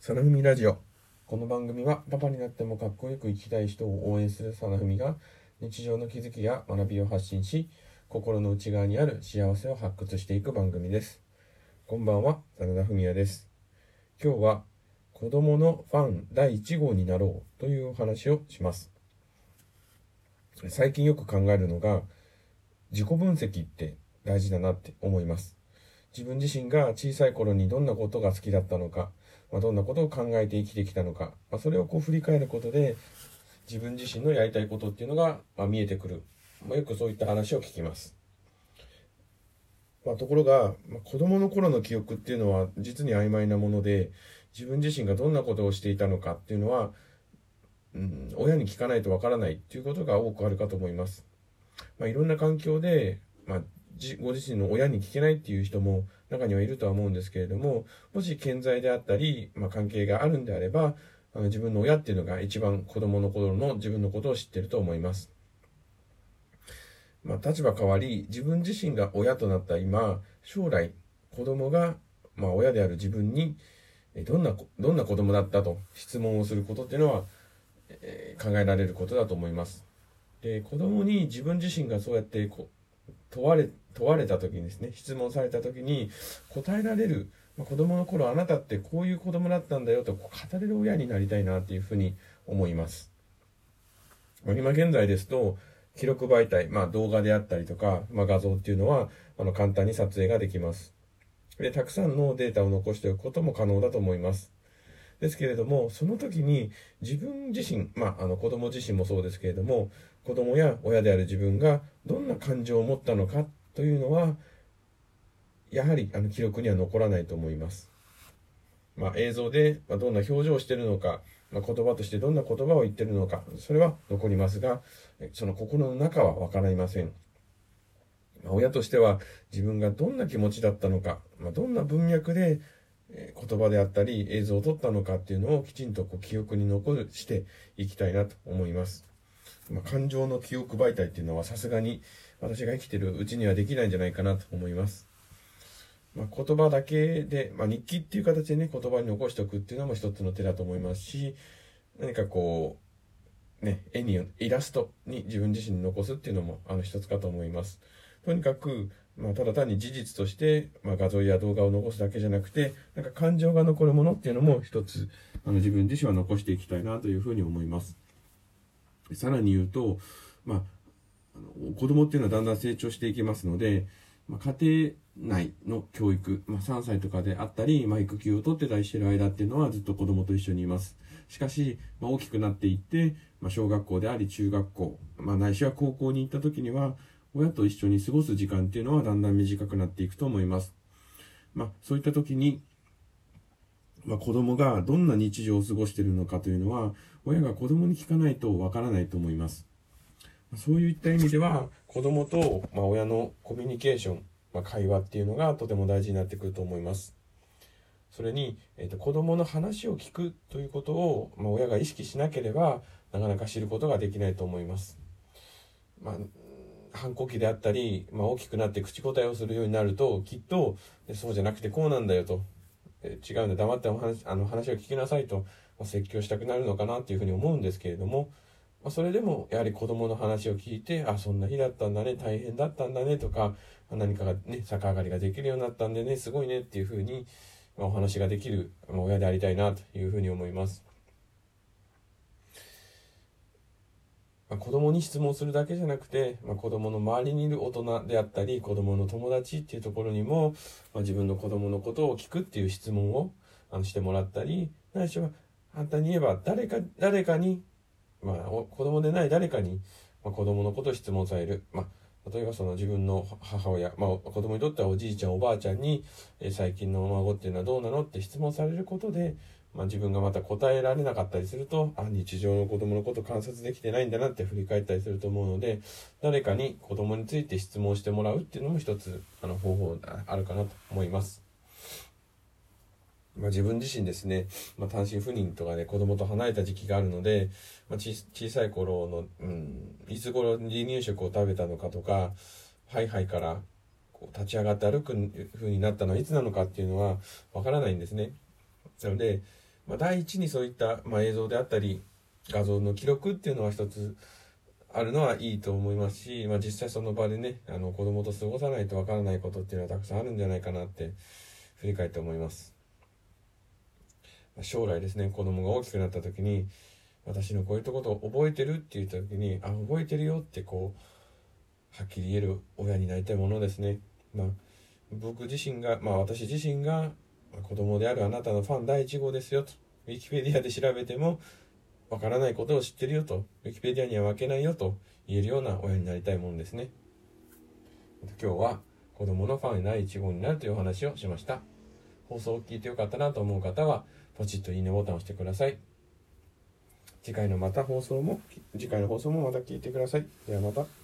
さなふみラジオ。この番組はパパになってもかっこよく生きたい人を応援するさなふみが日常の気づきや学びを発信し、心の内側にある幸せを発掘していく番組です。こんばんは、真田文也です。今日は子供のファン第1号になろうというお話をします。最近よく考えるのが自己分析って大事だなって思います。自分自身が小さい頃にどんなことが好きだったのか、どんなことを考えて生きてきたのか、それを振り返ることで自分自身のやりたいことっていうのが見えてくる。よくそういった話を聞きます。ところが、子供の頃の記憶っていうのは実に曖昧なもので、自分自身がどんなことをしていたのかっていうのは、親に聞かないとわからないっていうことが多くあるかと思います。いろんな環境で、ご自身の親に聞けないっていう人も中にはいるとは思うんですけれども、もし健在であったり、関係があるんであれば、自分の親っていうのが一番子供の頃の自分のことを知っていると思います。立場変わり、自分自身が親となった今、将来子供が、親である自分にどんな子供だったと質問をすることっていうのは、考えられることだと思います。で、子供に自分自身がそうやって問われた時にですね、質問された時に答えられる、子供の頃あなたってこういう子供だったんだよと語れる親になりたいなっていうふうに思います。今現在ですと記録媒体、動画であったりとか、画像っていうのは簡単に撮影ができます。で、たくさんのデータを残しておくことも可能だと思います。ですけれども、その時に自分自身、子供自身もそうですけれども、子供や親である自分がどんな感情を持ったのかというのは、やはり記録には残らないと思います。映像でどんな表情をしているのか、言葉としてどんな言葉を言っているのか、それは残りますが、その心の中はわかりません。親としては自分がどんな気持ちだったのか、どんな文脈で言葉であったり映像を撮ったのかっていうのをきちんと記憶に残していきたいなと思います。感情の記憶媒体っていうのはさすがに私が生きてるうちにはできないんじゃないかなと思います。言葉だけで、日記っていう形でね、言葉に残しておくっていうのも一つの手だと思いますし、何かイラストに自分自身に残すっていうのも一つかと思います。とにかく、ただ単に事実として、画像や動画を残すだけじゃなくて、感情が残るものっていうのも一つ、自分自身は残していきたいなというふうに思います。さらに言うと、子供っていうのはだんだん成長していきますので、家庭内の教育、3歳とかであったり、育休を取ってたりしてる間っていうのはずっと子供と一緒にいます。しかし、大きくなっていって、小学校であり中学校、ないしは高校に行った時には、親と一緒に過ごす時間っていうのはだんだん短くなっていくと思います。そういった時に、子供がどんな日常を過ごしているのかというのは、親が子供に聞かないとわからないと思います。そういった意味では、子供と、親のコミュニケーション、会話っていうのがとても大事になってくると思います。それに、子供の話を聞くということを、親が意識しなければ、なかなか知ることができないと思います。反抗期であったり、大きくなって口答えをするようになると、きっと、そうじゃなくてこうなんだよと、違うんだ、黙って話を聞きなさいと、説教したくなるのかなっていうふうに思うんですけれども、それでもやはり子供の話を聞いて、そんな日だったんだね、大変だったんだねとか、何かがね、逆上がりができるようになったんでね、すごいねっていうふうに、お話ができる、親でありたいなというふうに思います。子供に質問するだけじゃなくて、子供の周りにいる大人であったり、子供の友達っていうところにも、自分の子供のことを聞くっていう質問をしてもらったり、ないしは簡単に言えば誰かに、子供でない誰かに、子供のことを質問される。例えばその自分の母親、子供にとってはおじいちゃんおばあちゃんに、最近のお孫っていうのはどうなのって質問されることで、自分がまた答えられなかったりすると、日常の子供のことを観察できてないんだなって振り返ったりすると思うので、誰かに子供について質問してもらうっていうのも一つ方法あるかなと思います。自分自身ですね、単身赴任とかで子供と離れた時期があるので、小さい頃の、いつ頃離乳食を食べたのかとか、ハイハイから立ち上がって歩く風になったのはいつなのかっていうのはわからないんですね。なので、 第一にそういった、映像であったり画像の記録っていうのは一つあるのはいいと思いますし、実際その場でね子供と過ごさないとわからないことっていうのはたくさんあるんじゃないかなって振り返って思います。将来ですね、子供が大きくなった時に私のこういうことを覚えてるって言った時に覚えてるよってはっきり言える親になりたいものですね。僕自身が、私自身が子供であるあなたのファン第1号ですよと、ウィキペディアで調べてもわからないことを知ってるよと、ウィキペディアには負けないよと言えるような親になりたいものですね。今日は子供のファン第1号になるというお話をしました。放送を聞いてよかったなと思う方はポチッといいねボタンを押してください。次回の放送もまた聞いてください。ではまた。